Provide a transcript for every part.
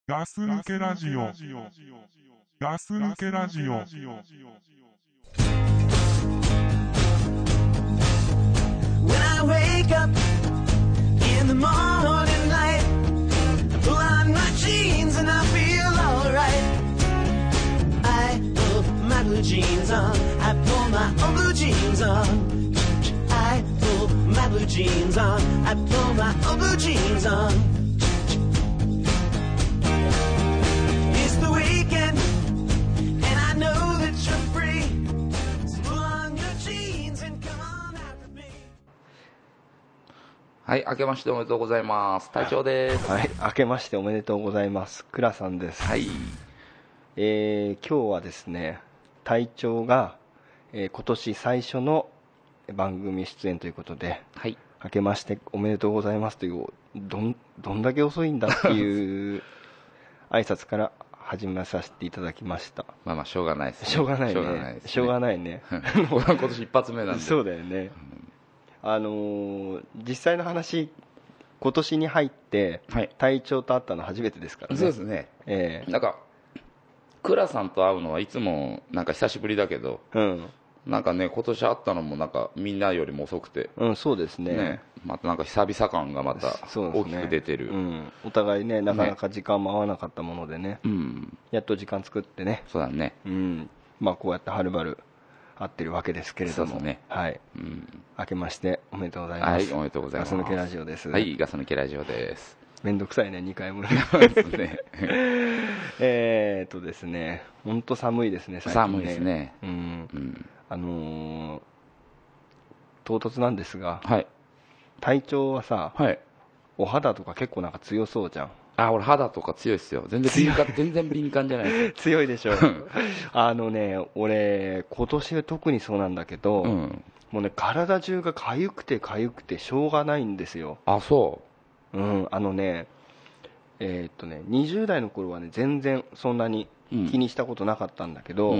ガス抜けラジオ。ガス抜けラジオ。 When I wake up in the morning light, I pull on my jeans and I feel alright. I pull my blue jeans on, I pull my own blue jeans on. I pull my blue jeans on, I pull my own blue jeans on. It's the weekend and I know that you're free, so pull on your jeans and come on after me. はい、明けましておめでとうございます。隊長です。 はい、明けましておめでとうございます。倉さんです。 はい。 今日はですね、隊長が、今年最初の番組出演ということで、 はい。 明けましておめでとうございますという、どんだけ遅いんだっていう挨拶から始めさせていただきました。 まあまあしょうがないですね。 しょうがないね。しょうがないね。 今年一発目なんで。 そうだよね。実際の話、今年に入って、 はい、 隊長と会ったの初めてですからね。 そうですね。なんか倉さんと会うのはいつもなんか久しぶりだけど、うん、なんかね今年会ったのもなんかみんなよりも遅くて、 うん、そうですね。 またなんか久々感がまた大きく出てる。 うん、お互いねなかなか時間も合わなかったものでね、うん、やっと時間作ってね。 そうだね。 うん、まあこうやってはるばる会ってるわけですけれども、 ね、 はい、うん、明けましておめでとうございます。 はい、おめでとうございます。 ガス抜けラジオです。 はい、ガス抜けラジオです。 めんどくさいね、2回もね。ですね、本当寒いですね、最近ね。 寒いですね。 うん。唐突なんですが、はい、体調はさ、はい、お肌とか結構なんか強そうじゃん。 あ、俺肌とか強いですよ。全然敏感じゃないです。 強いでしょ。俺今年特にそうなんだけど、うん、もうね体中が痒くてしょうがないんですよ。 あ、そう。 うん、20代の頃はね全然そんなに気にしたことなかったんだけど、うん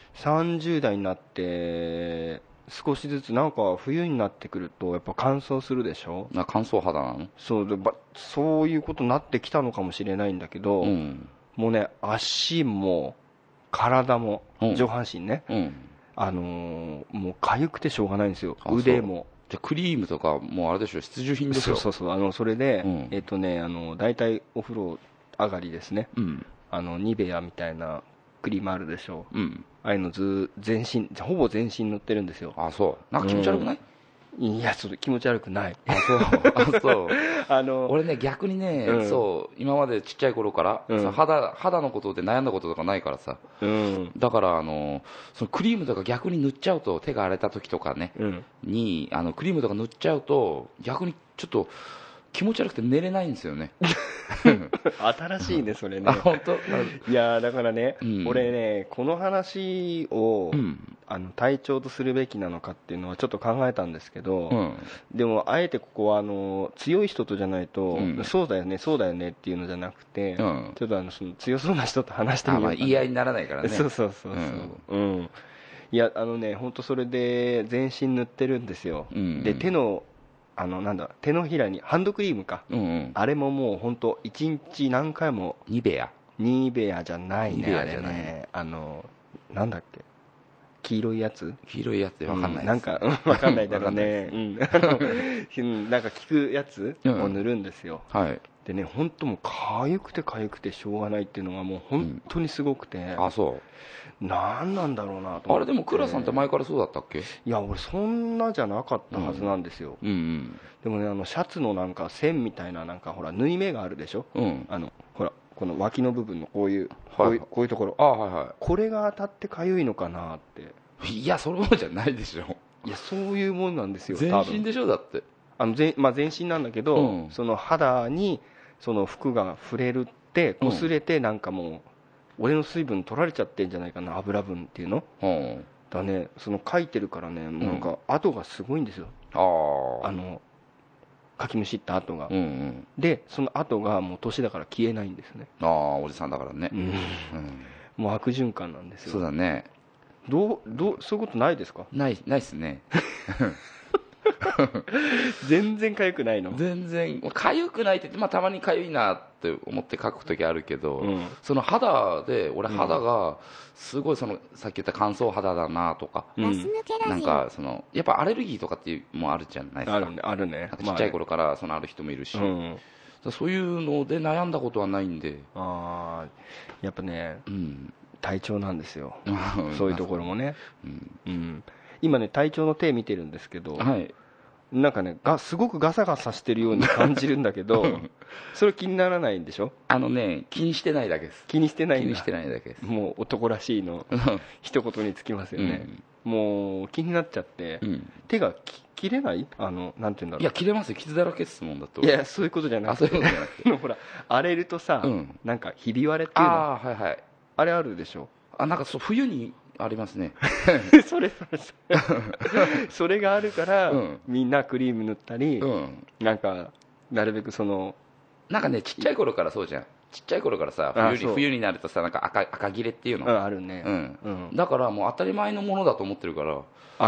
、30代になって少しずつなんか冬になってくるとやっぱ乾燥するでしょ。 乾燥肌なの？ そういうことになってきたのかもしれないんだけど、うん、もうね足も体も、上半身ね、うん、もう痒くてしょうがないんですよ。腕も。 じゃクリームとかもうあれでしょ、必需品ですよ。 そうそれで、うん、大体お風呂上がりですね、うん、ニベアみたいなクリームあるでしょう、うん、ああいうのほぼ全身塗ってるんですよ。 あ、そう。なんか気持ち悪くない？ いや、それ気持ち悪くない。 あ、そう。あ、そう俺ね逆にね、うん、そう今までちっちゃい頃から、うん、肌のことで悩んだこととかないからさ、うん、だからそのクリームとか逆に塗っちゃうと手が荒れた時とかね、うん、にクリームとか塗っちゃうと逆にちょっと気持ち悪くて寝れないんですよね。 新しいねそれね。 あ、本当？ いやだからね、うん、俺ねこの話を、うん、体調とするべきなのかっていうのはちょっと考えたんですけど、うん、でもあえてここは強い人とじゃないと、うん、そうだよねっていうのじゃなくて、うん、ちょっとその強そうな人と話してみようかな。 言い合いにならないからね。 そう、うん、いや本当それで全身塗ってるんですよ、うん、で手のひらにハンドクリームか、うんうん、あれももう本当1日何回も。 ニベアじゃないね。あれね、なんだっけ、黄色いやつで分かんないです、 なんか分かんないだろうね。なんか効くやつを塗るんですよ、はい。でね、本当もう痒くてしょうがないっていうのがもう本当にすごくて、 あ、そう。 何なんだろうなと思って。 あれでも倉さんって前からそうだったっけ？ いや俺そんなじゃなかったはずなんですよ、うんうん、でもねシャツのなんか線みたいななんかほら縫い目があるでしょ、うん、ほらこの脇の部分のこういうところ、あ、はいはい、これが当たってかゆいのかなって。 いやそれもじゃないでしょ。 いやそういうもんなんですよ。 全身でしょだって。 全身なんだけど、うん、その肌にその服が触れるって擦れて、なんかもう俺の水分取られちゃってんじゃないかな、油分っていうの、うん、だね。その書いてるからね、なんか跡がすごいんですよ、かきむしった跡が、うんうん、でその跡がもう年だから消えないんですね。 ああ、おじさんだからね、うんうん、 もう悪循環なんですよ。 そうだね。 そういうことないですか？ ないっすね。 全然痒くないの？ 全然痒くないって言って、まあ、たまに痒いなって思って書く時あるけど、その肌で俺肌がすごいさっき言った乾燥肌だなとか、なんかやっぱアレルギーとかっていうもあるじゃないですか。 あるね。 ちっちゃい頃からある人もいるし、そういうので悩んだことはないんで。 やっぱね、体調なんですよそういうところもね。今ね体調の手見てるんですけど、なんかねすごくガサガサしてるように感じるんだけどそれ気にならないんでしょ？ 気にしてないだけです。 気にしてないんだ。 気にしてないだけです。 もう男らしいの一言につきますよね。もう気になっちゃって、手が切れない？なんていうんだろう。 いや切れますよ、傷だらけですもんだと。 いやそういうことじゃなくて、ほら荒れるとさ、なんかひび割れっていうの、あれあるでしょ。 なんか冬にありますねそれがあるから、みんなクリーム塗ったり、なんかなるべくなんかねちっちゃい頃からそうじゃん。ちっちゃい頃からさ冬になるとさなんか赤切れっていうの、 あるね、 だからもう当たり前のものだと思ってるから、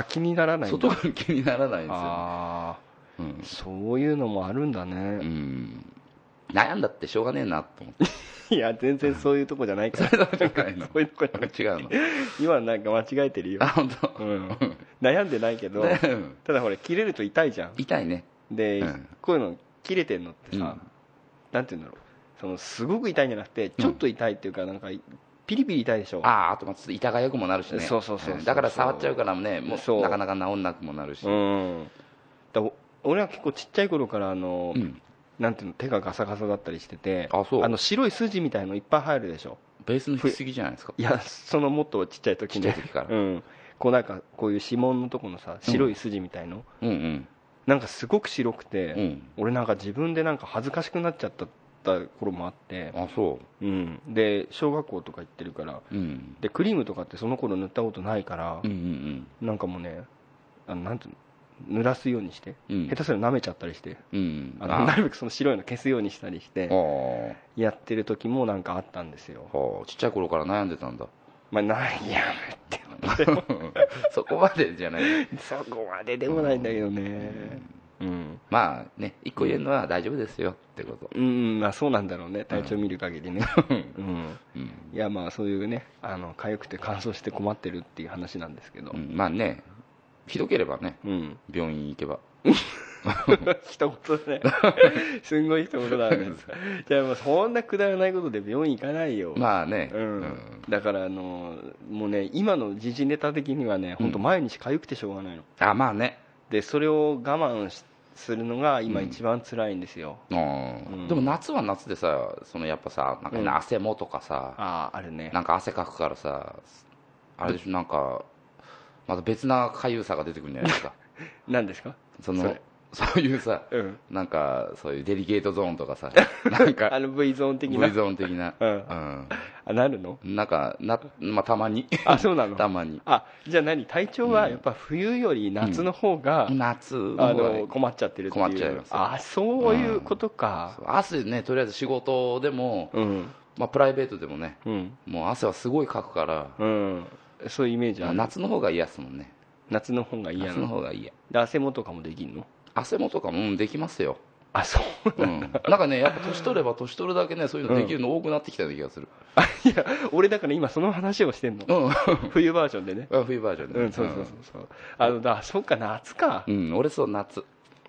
気にならないんだ。 外が気にならないんですよ。 そういうのもあるんだね。 悩んだってしょうがねえなと思っていや全然そういうとこじゃないからそういうとこじゃない違うの今なんか間違えてるよ。 本当、 悩んでないけどただほら切れると痛いじゃん。 痛いね。 で、こういうの切れてんのってさ、なんていうんだろう、すごく痛いんじゃなくてちょっと痛いっていうか、なんかピリピリ痛いでしょ。 あと痛がよくもなるしね。 そうだから触っちゃうからね、もうなかなか治んなくもなるし。 俺は結構ちっちゃい頃からなんていうの、手がガサガサだったりしてて、白い筋みたいのいっぱい入るでしょ。 ベースの引きすぎじゃないですか。 いやもっとちっちゃい時に、 ちっちゃい時からこうなんかこういう指紋のとこのさ白い筋みたいの、なんかすごく白くて、俺なんか自分でなんか恥ずかしくなっちゃった頃もあって。で小学校とか行ってるから、でクリームとかってその頃塗ったことないから、なんかもうねなんていうの、濡らすようにして、下手すると舐めちゃったりして、なるべく白いの消すようにしたりしてやってる時もなんかあったんですよ。 ちっちゃい頃から悩んでたんだ。 やめてそこまでじゃない。 そこまででもないんだけどね。 まあね、一個言えるのは大丈夫ですよってこと。 まあそうなんだろうね、体調見る限りね。いやまあそういうね、痒くて乾燥して困ってるっていう話なんですけど、 まあね、ひどければね、病院行けば一言ねすんごい一言だねじゃあもうそんなくだらないことで病院行かないよ。 まあね、 だからもうね、今の時事ネタ的にはね、本当毎日痒くてしょうがないの。 まあね。 でそれを我慢するのが今一番辛いんですよ。 でも夏は夏でさ、やっぱさ、なんか汗もとかさ、 あるね。 なんか汗かくからさ、あれでしょ、なんかまた別な痒さが出てくるんじゃないですか。 何ですか？ そういうさ、なんかそういうデリケートゾーンとかさ、なんか V ゾーン的な V ゾーン的な、 なるの？ なんかまあたまに。 そうなの？ たまに。 じゃあ体調はやっぱ冬より夏の方が困っちゃってるっていう。 困っちゃいます。 そういうことか。 汗ね、とりあえず仕事でも、まあプライベートでもね、もう汗はすごいかくから、 そういうイメージある。 夏の方が嫌ですもんね。 夏の方が嫌なの？ 夏の方が嫌。 で汗もとかもできんの？ 汗もとかもできますよ。 そうなんかね、やっぱ年取れば年取るだけね、そういうのできるの多くなってきたような気がする。 いや俺だから今その話をしてんの。冬バージョンでね。 冬バージョンで。 そうそうか、夏か。 俺そう夏。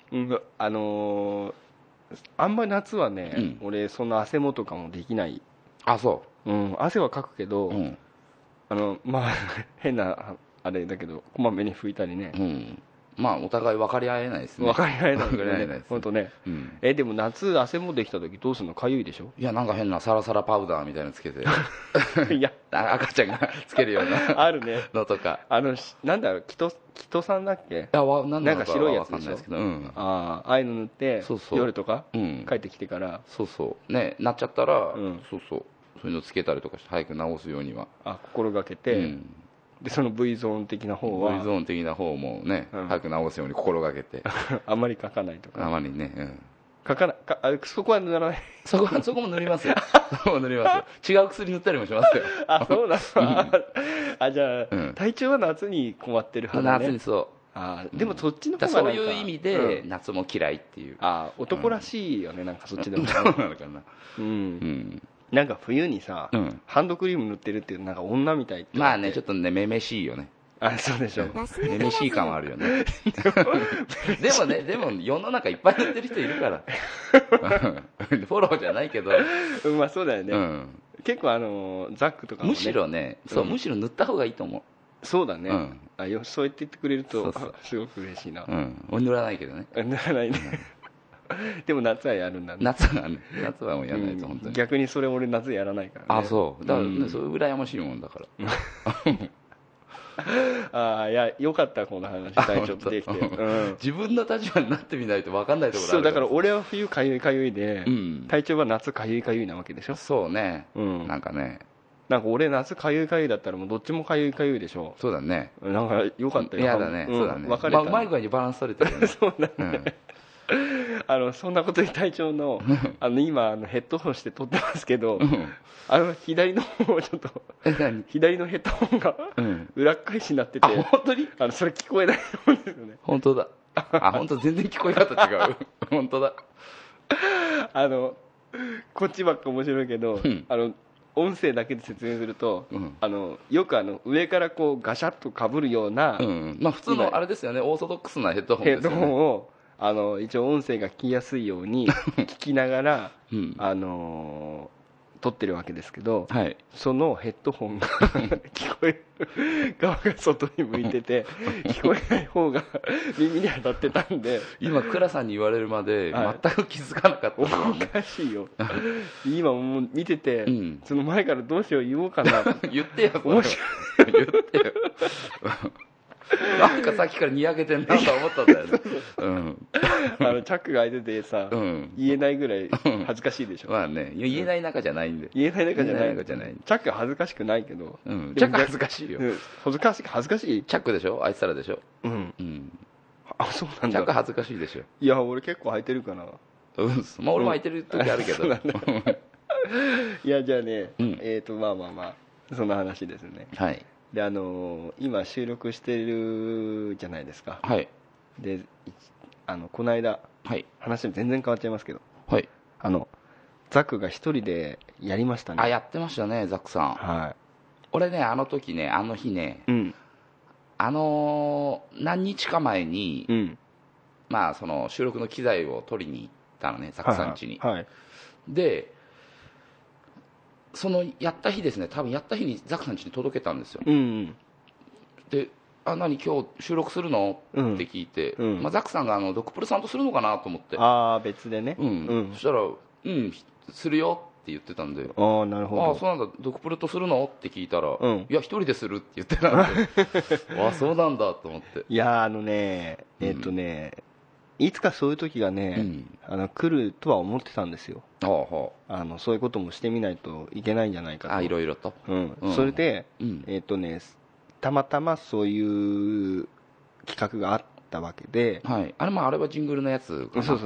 あんまり夏はね、俺そんな汗もとかもできない。 そう。 汗はかくけど、まあ変なあれだけどこまめに拭いたりね。 まあお互い分かり合えないですね。 分かり合えないね。本当ね。でも夏汗もできた時どうするの？かゆいでしょ？ いやなんか変なサラサラパウダーみたいなのつけていや赤ちゃんがつけるようなあるねのとか、 なんだろう、キトさんだっけ？ なんか白いやつでしょ？ ああいうの塗って夜とか帰ってきてから、 ね、なっちゃったらそういうのつけたりとかして早く治すようには心がけて、でその V ゾーン的な方は V ゾーン的な方もね、早く治すように心がけてあんまり書かないとか。 あまりね、 書かないそこは塗らない。 そこも塗りますよ。そこも塗りますよ。違う薬塗ったりもしますよ。 そうなの。じゃあ体調は夏に困ってるはずね。 夏にそう。 でもそっちの方がそういう意味で夏も嫌いっていう、 男らしいよね、なんかそっちでもそうなのかな。 なんか冬にさ、ハンドクリーム塗ってるっていうなんか女みたいって。 まあね、ちょっとねめめしいよね。 そうでしょ。 めめしい感はあるよね。でも世の中いっぱい塗ってる人いるからフォローじゃないけど、 まあそうだよね、結構ザックとかもね、 むしろね、むしろ塗った方がいいと思う。 そうだね、そう言って言ってくれるとすごく嬉しいな。 俺塗らないけどね。 塗らないねでも夏はやるんだね。 夏はもうやらないと本当に。 逆にそれ俺夏やらないからね。 そうだから、そういう羨ましいもんだからいやよかった、この話体調できて、 自分の立場になってみないと分かんないところある。 そうだから俺は冬かゆいかゆいで、体調は夏かゆいかゆいなわけでしょ。 そうね、なんかね、 なんか俺夏かゆいかゆいだったらもうどっちもかゆいかゆいでしょ。 そうだね、 なんかよかったよ。 嫌だね、そうだね、 分かれた、 うまい具合にバランス取れてるよね。 そうだね、そんなことに隊長の今ヘッドホンして撮ってますけど、左の方をちょっと左のヘッドホンが裏返しになってて、 本当にそれ聞こえないと思うんですよね。 本当だ、本当全然聞こえ方違う本当だ。 こっちばっか面白いけど、音声だけで説明すると、よく上からこうガシャッとかぶるような、 まあ普通のあれですよね、オーソドックスなヘッドホンですよね。 ヘッドホンを一応音声が聞きやすいように聞きながら、撮ってるわけですけど、そのヘッドホンが聞こえる側が外に向いてて聞こえない方が耳に当たってたんで、 今倉さんに言われるまで全く気づかなかった、 おかしいよ今もう見てて、その前からどうしよう言おうかな言ってよ、 面白い言ってよなんかさっきからにやけてんなと思ったんだよね。 チャックが開いててさ、言えないぐらい恥ずかしいでしょ。 まあね、言えない仲じゃないんで。 言えない仲じゃない。チャック恥ずかしくないけど。 チャック恥ずかしいよ。 恥ずかしい。 チャックでしょ、あいつらでしょ。 そうなんだ。 チャック恥ずかしいでしょ。 いや俺結構開いてるかな。 まあ俺も開いてる時あるけど。 いやじゃあね、まあそんな話ですね。 はい。 で今収録してるじゃないですか。でこの間、話全然変わっちゃいますけど、ザックが一人でやりましたね。 やってましたね、ザックさん。俺ね、あの日ね、何日か前に、まあその収録の機材を取りに行ったのね、ザックさん家に。でそのやった日ですね、多分やった日にザックさん家に届けたんですよ。で何今日収録するのって聞いて、ザックさんがドクプルさんとするのかなと思って、 別でね、 そしたらするよって言ってたんで、 なるほど、 そうなんだ、ドクプルとするのって聞いたら、いや一人でするって言ってたんでそうなんだと思って。 いやいつかそういう時がね、来るとは思ってたんですよ。そういうこともしてみないといけないんじゃないかと。 いろいろと。 それで、たまたまそういう企画があったわけで、 あれはジングルのやつかな。 そう、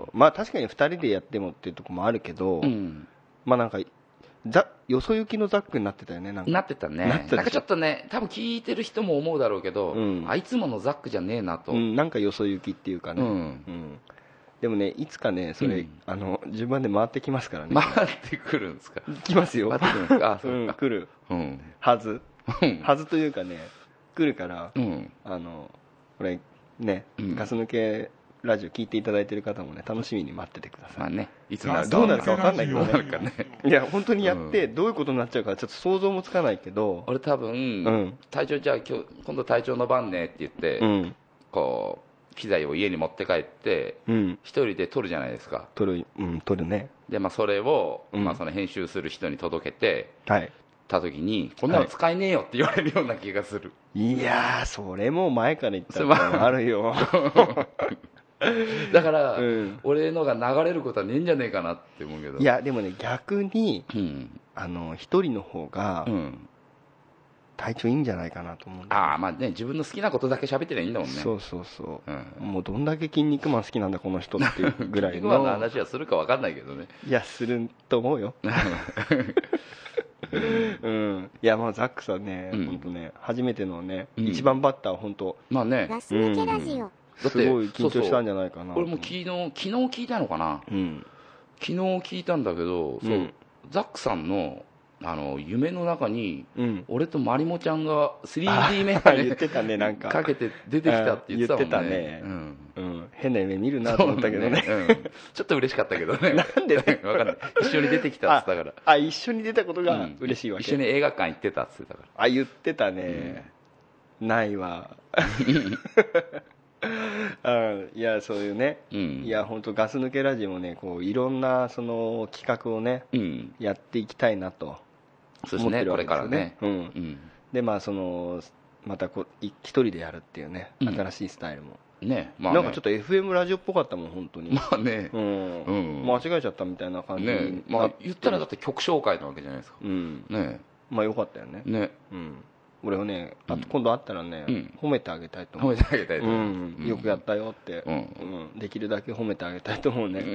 まあ確かに2人でやってもっていうところもあるけど、まあなんかよそ行きのザックになってたよね。 なってたね。なんかちょっとね、多分聞いてる人も思うだろうけど、いつものザックじゃねえなと。 なんかよそ行きっていうかね。でもね、いつかね、それ、順番で回ってきますからね。 回ってくるんですか。 来ますよ。 回ってくるんですか。 来る。はずというかね、来るから、これね、ガス抜けラジオ聞いていただいている方もね、楽しみに待っててください。いつどうなるか分かんないけどね。いや本当にやってどういうことになっちゃうかちょっと想像もつかないけど、 俺多分、隊長じゃあ今度隊長の番ねって言って、こう機材を家に持って帰って一人で撮るじゃないですか。 撮るね。 でそれをその編集する人に届けてた時に、こんなの使えねえよって言われるような気がする。 いやそれも前から言ったらあるよ。 だから、俺のが流れることはねえんじゃねえかなって思うけど。 いやでもね、逆に一人の方が体調いいんじゃないかなと思うんだよね。 まあね、自分の好きなことだけ喋ってりゃいいんだもんね。 そう、もうどんだけ筋肉マン好きなんだこの人っていうぐらいの筋肉マンの話はするか分かんないけどね。 いやすると思うよ。 うん、いや、もうザックさんね、本当ね、初めてのね、一番バッター、本当、 まあね、 ガス抜けラジオ、 すごい緊張したんじゃないかな。 俺も昨日聞いたのかな、昨日聞いたんだけど、そう、ザックさんの夢の中に、俺とまりもちゃんが 3D メガネ言ってたね、なんかかけて出てきたって言ってたもんね。 変な夢見るなと思ったけどね。 ちょっと嬉しかったけどね。 なんでね、 わかんない。一緒に出てきたって言ったから。 一緒に出たことが嬉しいわけ。 一緒に映画館行ってたって言ってたから。 言ってたね。ないわ。いや、そういうね、いや、本当ガス抜けラジオもね、こういろんなその企画をね、やっていきたいなと思ってるわけですよね。で、まあそのまた一人でやるっていうね、新しいスタイルもね、なんかちょっと FM ラジオっぽかったもん、本当に。 まあね、 間違えちゃったみたいな感じね。まあ言ったらだって曲紹介なわけじゃないですか。ね、 まあよかったよね。ね、俺はね、今度会ったらね、褒めてあげたいと思う。 褒めてあげたいと思う。よくやったよって、できるだけ褒めてあげたいと思うね。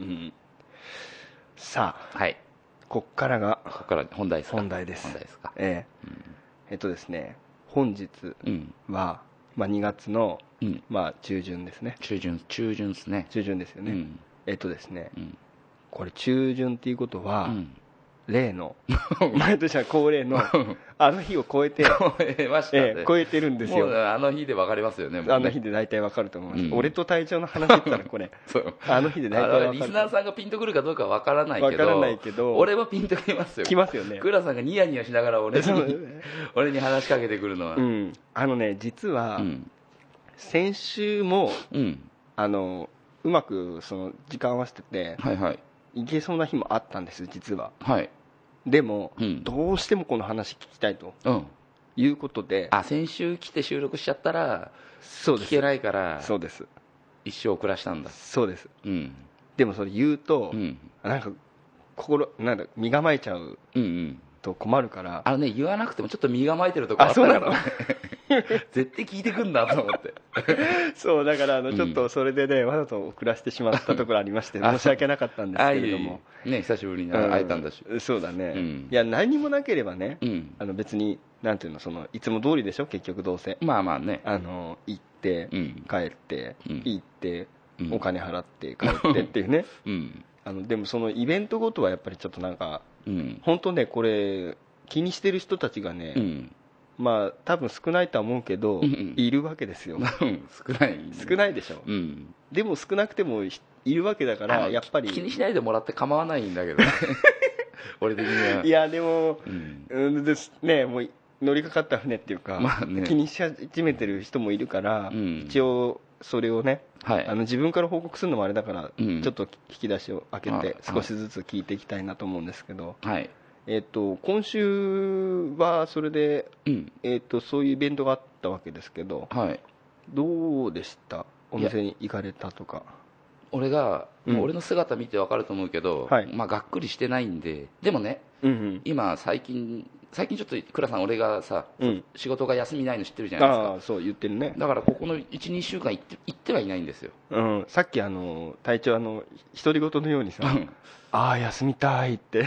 さあ、はい、こっから本題ですか。 本題です。ですね、本日は、まあ2月のまあ中旬ですね。 中旬ですね。 中旬ですよね。ですね、これ中旬っていうことは、例の毎年は恒例のあの日を超えて超えましたね。 超えてるんですよ。 あの日で分かりますよね。 あの日で大体分かると思います。俺と隊長の話だったらこれあの日で大体分かる。 リスナーさんがピンとくるかどうか分からないけど、俺はピンときますよ。 きますよね。 クラさんがニヤニヤしながら俺に話しかけてくるのは、 実は先週もうまくその時間合わせてていけそうな日もあったんです、実は。でも、どうしてもこの話聞きたいということで、 先週来て収録しちゃったら聞けないから、そうです、一生遅らしたんだ。 そうです、でもそれ言うと、なんかなんだ身構えちゃうと困るから、 言わなくてもちょっと身構えてるとこあったからね絶対聞いてくんだと思ってそうだからちょっとそれでね、わざと遅らせてしまったところありまして申し訳なかったんですけれども、 ね、久しぶりに会えたんだし、 そうだね、いや何もなければね、別になんていうの、そのいつも通りでしょ、結局どうせまあまあね、 行って帰って行ってお金払って帰ってっていうねでもそのイベントごとはやっぱりちょっとなんか本当ね、これ気にしてる人たちがね、まあ多分少ないとは思うけど、いるわけですよ。少ないでしょ、でも少なくてもいるわけだから、やっぱり気にしないでもらって構わないんだけどね俺的には。 いやでも、ですね、もう乗りかかった船っていうか、気にし始めてる人もいるから、一応それをね、自分から報告するのもあれだから、ちょっと引き出しを開けて少しずつ聞いていきたいなと思うんですけど、今週はそれで、そういうイベントがあったわけですけど、どうでした、お店に行かれたとか。 俺の姿見て分かると思うけど、まあがっくりしてないんで。でもね、今最近ちょっと倉さん、俺がさ、仕事が休みないの知ってるじゃないですか。 そう言ってるね。 だからここの 1,2 週間行ってはいないんですよ。 さっき隊長独り言のようにさ、休みたいって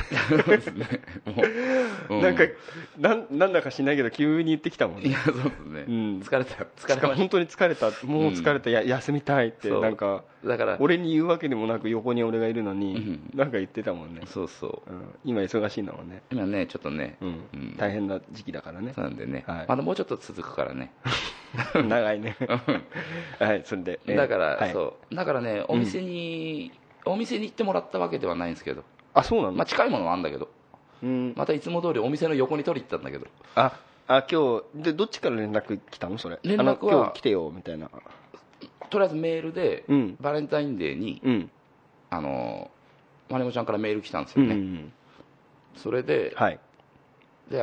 なんかなんだかしないけど急に言ってきたもんね。 いや、そうですね、疲れた本当に疲れた、もう疲れた、休みたいって、なんかだから俺に言うわけでもなく横に俺がいるのに、なんか言ってたもんね。 そうそう、 今忙しいんだもんね。 今ね、ちょっとね、 大変な時期だからね。 なんでね、まだもうちょっと続くからね長いねそれでだからね、お店に行ってもらったわけではないんですけど。 そうなの。 近いものはあるんだけど、またいつも通りお店の横に取り行ったんだけど。 今日でどっちから連絡来たの？それ連絡は今日来てよみたいな。 とりあえずメールで、バレンタインデーに、まりもちゃんからメール来たんですよね。それで、で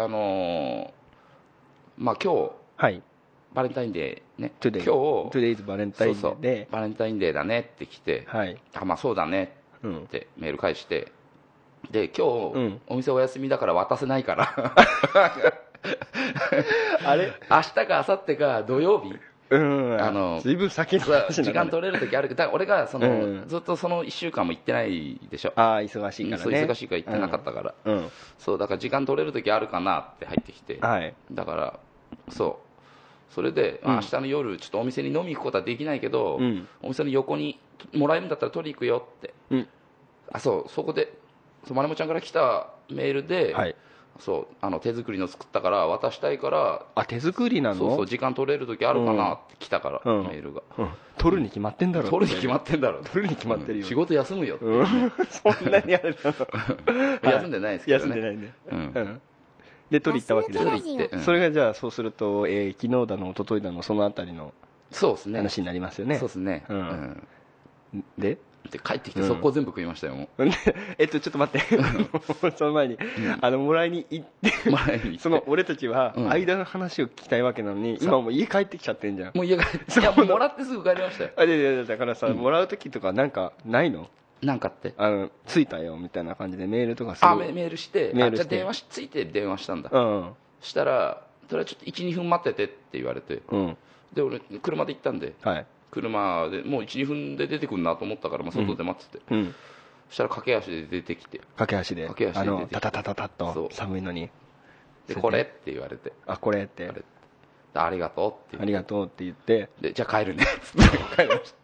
まあ今日、バレンタインデーね、今日 Today's バレンタインデーでバレンタインデーだねって来て、まあそうだねってメール返して、で今日、お店お休みだから渡せないからあれ明日か明後日か土曜日随分先の話時間取れる時あるけど、だから俺がずっとその1週間も行ってないでしょ。 忙しいからね。 そう忙しいから行ってなかったから、そうだから時間取れる時あるかなって入ってきて、だからそれで、明日の夜ちょっとお店に飲み行くことはできないけど、お店の横にもらえるんだったら取り行くよって、そこでまりもちゃんから来たメールで、手作りの作ったから渡したいから。 手作りなの？ そう時間取れる時あるかなって来たから、メールが、 取るに決まってんだろ。 取るに決まってんだろ。 取るに決まってるよ。 仕事休むよって、 そんなにやるの？休んでないですけどね。 休んでないね。で取り行ったわけで、それがじゃあそうすると、昨日だの一昨日だのそのあたりの話になりますよね。 そうですね。 で帰ってきて速攻全部食いましたよ、もう。 ちょっと待ってその前にもらいに行ってその俺たちは間の話を聞きたいわけなのに、今もう家帰ってきちゃってんじゃん。 もう家帰って、いやもうもらってすぐ帰りましたよ。 だからさ、もらう時とかなんかないの？ なんかって着いたよみたいな感じでメールとかする？ メールして、じゃあ電話ついて電話したんだ。したらそれはちょっと 1,2 分待っててって言われて、で俺車で行ったんで、車でもう 1,2 分で出てくるなと思ったから、外で待ってて、そしたら駆け足で出てきて、 駆け足でタタタタタッと寒いのに、 でこれって言われて、 これってありがとうってありがとうって言って、 でじゃあ帰るねって帰りました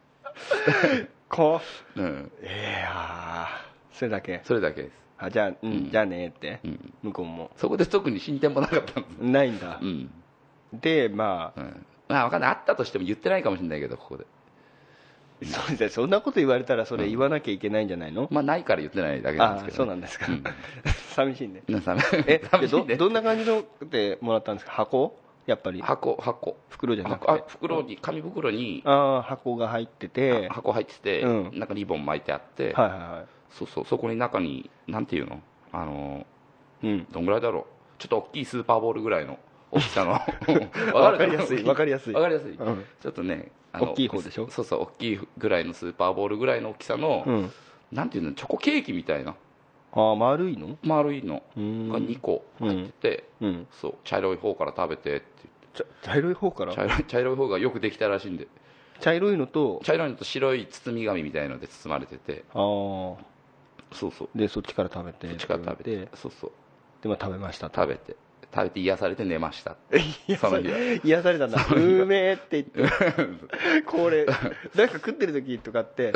それだけ？ それだけです。 じゃあねって、向こうもそこで特に進展もなかったんです。 ないんだ。で分かんない、あったとしても言ってないかもしれないけど、ここでそんなこと言われたらそれ言わなきゃいけないんじゃないの？ ないから言ってないだけなんですけど。 そうなんですか。寂しいね。 寂しいね。 どんな感じのでもらったんですか？箱？やっぱり箱袋じゃなくて、 袋に紙袋に箱が入ってて、 なんかリボン巻いてあって、そこに中になんていうの、どんぐらいだろう、ちょっと大きいスーパーボールぐらいの大きさのわかりやすいちょっとね、 大きい方でしょ。 大きいぐらいのスーパーボールぐらいの大きさの、なんていうの、チョコケーキみたいな、 丸いのが 2個入ってて、茶色い方から食べてって言って。 茶色い方から？ 茶色い方がよくできたらしいんで。 茶色いのと白い包み紙みたいので包まれてて、 でそっちから食べて、でも食べました。 食べて癒されて寝ました癒されたんだ。うめえって言ってこれなんか食ってる時とかって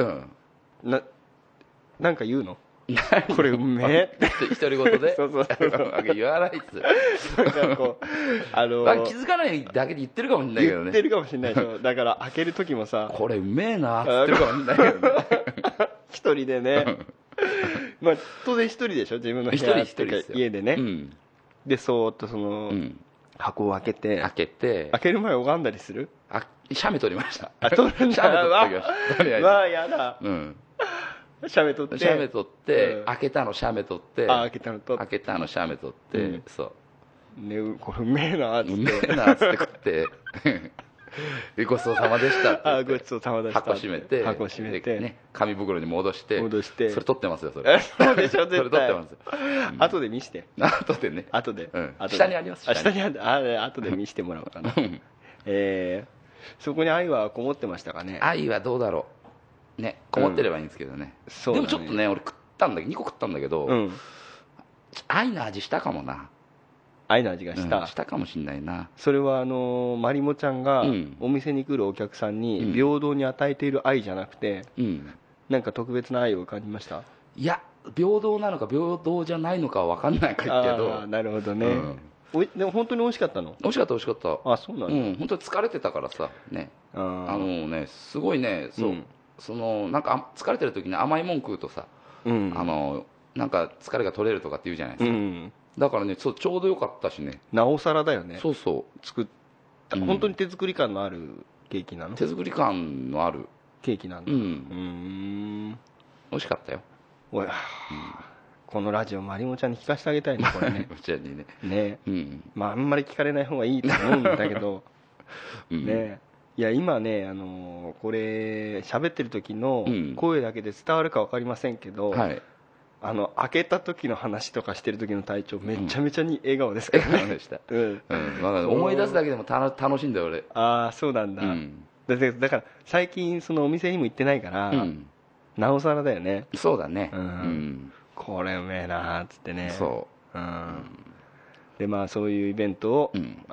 なんか言うの？これうめえって独り言で言わないっす。なんかこう気づかないだけで言ってるかもしれないけどね。 言ってるかもしれないでしょ。だから開ける時もさ、 これうめえなって言ってるかもしれないけどね。 一人でね当然一人でしょ、自分の部屋一人ですよ、 家でね。でそーっとその箱を開けて、開ける前拝んだりする？ 写メ撮りました。 撮るんだ。やだ。写メ撮って開けたの写メ撮って、 開けたの写メ撮って、 これうめえなっつって、 うめえなっつって食ってごちそうさまでしたってごちそうさまでした。 箱閉めてね、紙袋に戻してそれ撮ってますよ。それそうでしょ、絶対。 それ撮ってますよ。 後で見して。 後でね。下にあります。 下にある。後で見してもらおうかな。そこに愛はこもってましたかね？ 愛はどうだろうね、こもってればいいんですけどね。でもちょっとね、俺2個食ったんだけど、愛の味したかもな。 愛の味がしたかもしんないな。 それはまりもちゃんがお店に来るお客さんに平等に与えている愛じゃなくて、なんか特別な愛を感じました？いや、平等なのか平等じゃないのかは分かんないけど。 なるほどね。でも本当に美味しかったの？ 美味しかった。 そうなんだ。 本当に疲れてたからさね、すごいね、なんか疲れてる時に甘いもん食うとさ、なんか疲れが取れるとかって言うじゃないですか。だからね、ちょうどよかったしね。 なおさらだよね。 作った本当に手作り感のあるケーキなの？ 手作り感のあるケーキなんだ。 美味しかったよ。 このラジオまりもちゃんに聞かせてあげたいね、これね。 まりもちゃんにね。あんまり聞かれない方がいいと思うんだけどね。いや今ね、これ喋ってる時の声だけで伝わるか分かりませんけど、 開けた時の話とかしてる時の隊長めちゃめちゃに笑顔ですからね、 でした、思い出すだけでも楽しいんだよ俺。 ああそうなんだ、だから最近そのお店にも行ってないから、なおさらだよね。 そうだね、 これうめえなーっつってね。 そう、 でまあそういうイベントを、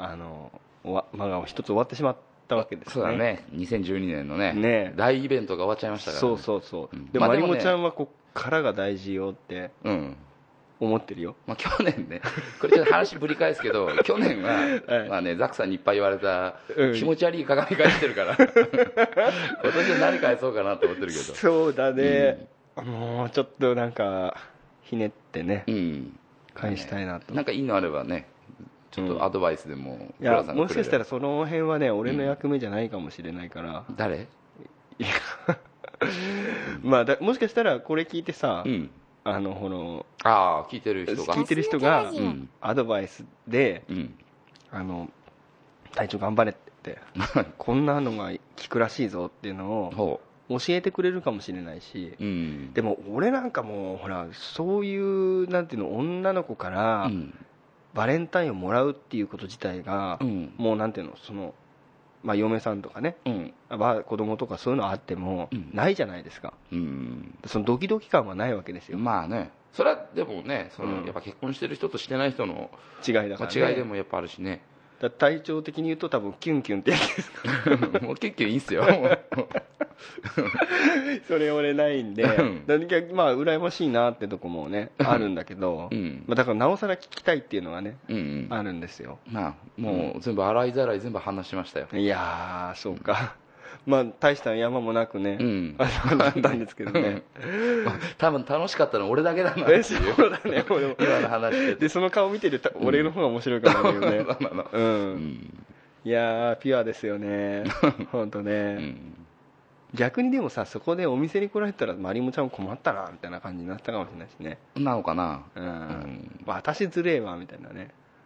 一つ終わってしまったわけですね。 そうだね、2012年のね大イベントが終わっちゃいましたからね。 そうでもまりもちゃんはこっからが大事よって思ってるよ。 去年ね、これちょっと話ぶり返すけど去年は、まあね、ザックさんにいっぱい言われた、気持ち悪い鏡返してるから今年は何返そうかなと思ってるけど。 そうだね、もうちょっとなんかひねってね、返したいなと。 なんかいいのあればね、ちょっとアドバイスでも、 いやもしかしたらその辺はね俺の役目じゃないかもしれないから。 誰？ いやまあもしかしたらこれ聞いてさ、聞いてる人がアドバイスで、隊長頑張れってこんなのが効くらしいぞっていうのを教えてくれるかもしれないし、でも俺なんかもうほらそういうなんていうの、女の子からバレンタインをもらうっていうこと自体が、もうなんていうの、そのまあ嫁さんとかね、子供とかそういうのあってもないじゃないですか、そのドキドキ感はないわけですよ。 まあね、それはでもね、やっぱ結婚してる人としてない人の違いだからね、 違いでもやっぱあるしね。 体調的に言うと多分キュンキュンってやつですかもうキュンキュンいいっすよそれ俺ないんで、何かまあ羨ましいなってとこもねあるんだけど、だからなおさら聞きたいっていうのがね、あるんですよ。 まあもう全部洗いざらい全部話しましたよ。 いやーそうか、まあ大した山もなくね、なったんですけどね多分楽しかったの俺だけだなっていう。 そうだね今の話でその顔見てる俺の方が面白いかもしれないけどね。いやーピュアですよね本当ね。逆にでもさ、そこでお店に来られたらまりもちゃん困ったなみたいな感じになったかもしれないしね。 なのかな、 私ずれえわみたいなね。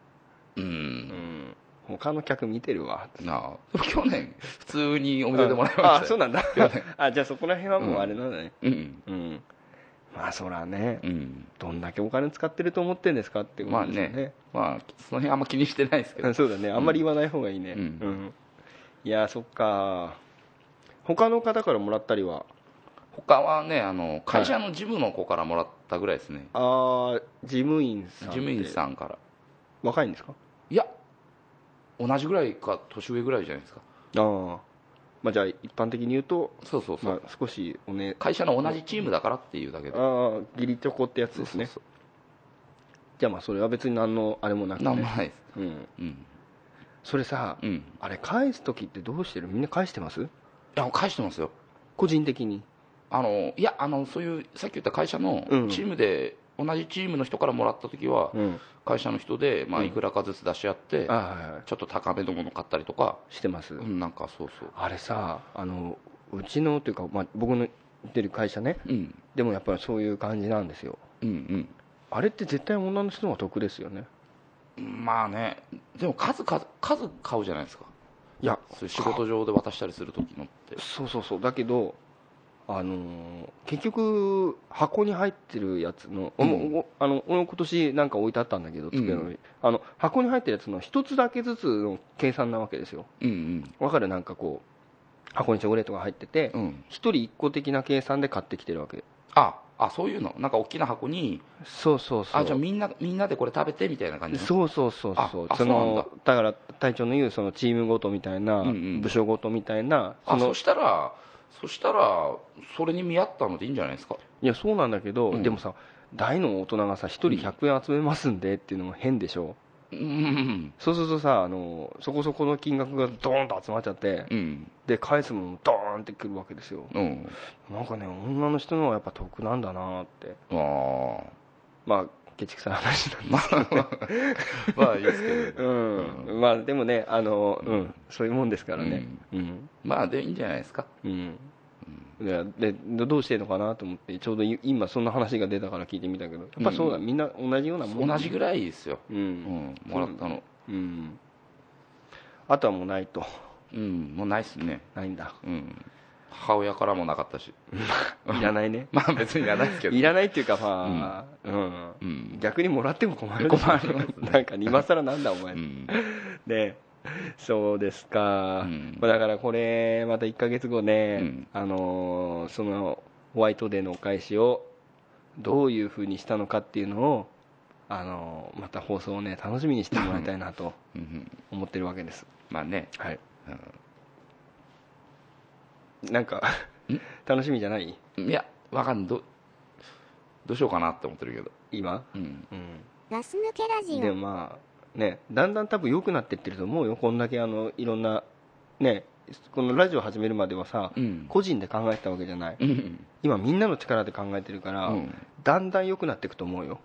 他の客見てるわ。 去年普通にお店でもらいましたよ。 あ、そうなんだじゃあそこら辺はもうあれなんだね。まあそらね、どんだけお金使ってると思ってんですかってことですよね。 まあその辺あんま気にしてないですけど。 そうだね、あんまり言わない方がいいね。いやそっか。他の方からもらったりは？ 他はね、会社の事務の子からもらったぐらいですね。 ああ、事務員さん。 事務員さんから。 若いんですか？ いや同じぐらいか年上ぐらいじゃないですか。 まあじゃあ一般的に言うと、 そう、 まあ、少し会社の同じチームだからっていうだけで。 義理チョコってやつですね。じゃあまあそれは別に何のあれもなくてね。 何もないです。 それさ、あれ返す時ってどうしてる？みんな返してます？ いや返してますよ、 個人的に。 いやそういうさっき言った会社のチームで、同じチームの人からもらった時は、会社の人で、まあ、いくらかずつ出し合って、ちょっと高めのもの買ったりとかしてます。 なんかそうあれさ、うちのというか、まあ、僕の行ってる会社ね、でもやっぱりそういう感じなんですよ。あれって絶対女の人の方が得ですよね。 まあね、でも数買うじゃないですか。 いや、 そういう仕事上で渡したりする時のって。 そうだけど結局箱に入ってるやつの、俺今年なんか置いてあったんだけど、箱に入ってるやつの一つだけずつの計算なわけですよ。わかる？なんかこう箱にチョコレートが入ってて、一人一個的な計算で買ってきてるわけ。 そういうのなんか大きな箱に。 そうじゃあみんなでこれ食べてみたいな感じ。 そうだから隊長の言うそのチームごとみたいな、部署ごとみたいな。 そしたらそれに見合ったのでいいんじゃないですか。 いやそうなんだけど、でもさ大の大人がさ1人100円集めますんでっていうのも変でしょ。そうするとさそこそこの金額がドーンと集まっちゃって、で返すものもドーンってくるわけですよ。なんかね女の人の方がやっぱ得なんだなって。まあケチくさい話なんですけどまあいいですけど、 まあでもねそういうもんですからね。 まあでいいんじゃないですか。 でどうしてんのかなと思ってちょうど今そんな話が出たから聞いてみたけど、やっぱそうだ、みんな同じようなもん。 同じぐらいですよ、もらったの。 あとはもうないと。 もうないっすね。 ないんだ。 母親からもなかったしいらないね。 まあ別にいらないですけど、 いらないっていうかまあ、逆にもらっても困る。困ります、ね、なんか今更なんだお前、ね。そうですか、だからこれまた1ヶ月後ね、そのホワイトデーのお返しをどういう風にしたのかっていうのをまた放送をね楽しみにしてもらいたいなと思ってるわけです。 まあね、 はい、なんか楽しみじゃない？ いやわかんない、どうしようかなって思ってるけど今、 ガス抜けラジオでもまあね、だんだん多分良くなってってると思うよ。こんだけいろんなね、このラジオ始めるまではさ、個人で考えてたわけじゃない、今みんなの力で考えてるから、だんだん良くなっていくと思うよ。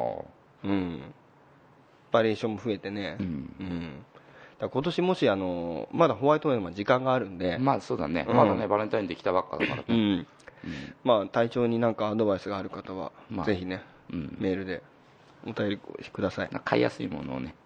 バリエーションも増えてね、だ今年もしまだホワイトデーの時間があるんで、 まあそうだね、まだねバレンタインできたばっかだからね、 まあ体調になんかアドバイスがある方は、ぜひね、メールでお便りください。 買いやすいものをね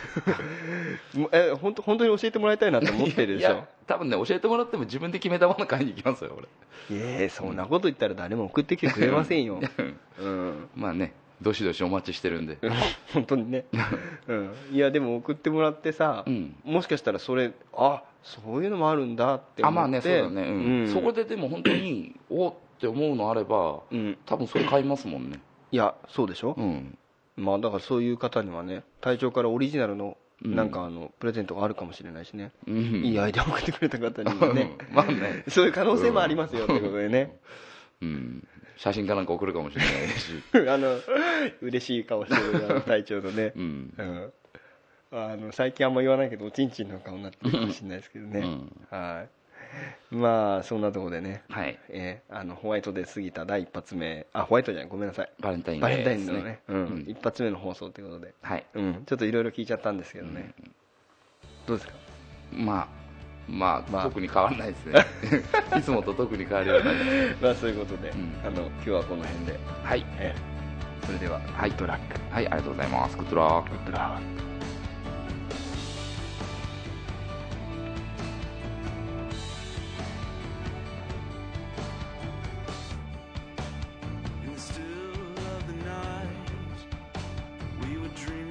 本当に教えてもらいたいなと思ってるでしょ。いや多分ね、教えてもらっても自分で決めたもの買いに行きますよ俺。 そんなこと言ったら誰も送ってきてくれませんよまあね、どしどしお待ちしてるんで本当にね、いやでも送ってもらってさ、もしかしたらそれそういうのもあるんだって思って、 まあね、そうだね、そこででも本当におって思うのあれば、多分それ買いますもんね。 いやそうでしょ、まあだからそういう方にはね、隊長からオリジナルのなんかプレゼントがあるかもしれないしね、いいアイデアを送ってくれた方にはねまあね、 そういう可能性もありますよということでね、 写真かなんか送るかもしれないし嬉しい顔してる隊長のね、最近あんま言わないけどおちんちんの顔になってるかもしれないですけどね、まあそんなところでね、ホワイトで過ぎた第一発目、ホワイトじゃない、ごめんなさい、 バレンタインのね、一発目の放送ということで、ちょっといろいろ聞いちゃったんですけどね、どうですか？ まあ特に変わらないですねいつもと特に変わるようなまあそういうことで、今日はこの辺で、それではグッドラック。 ありがとうございます。グッドラック。 グッドラック。 In the still of the night, we were dreaming.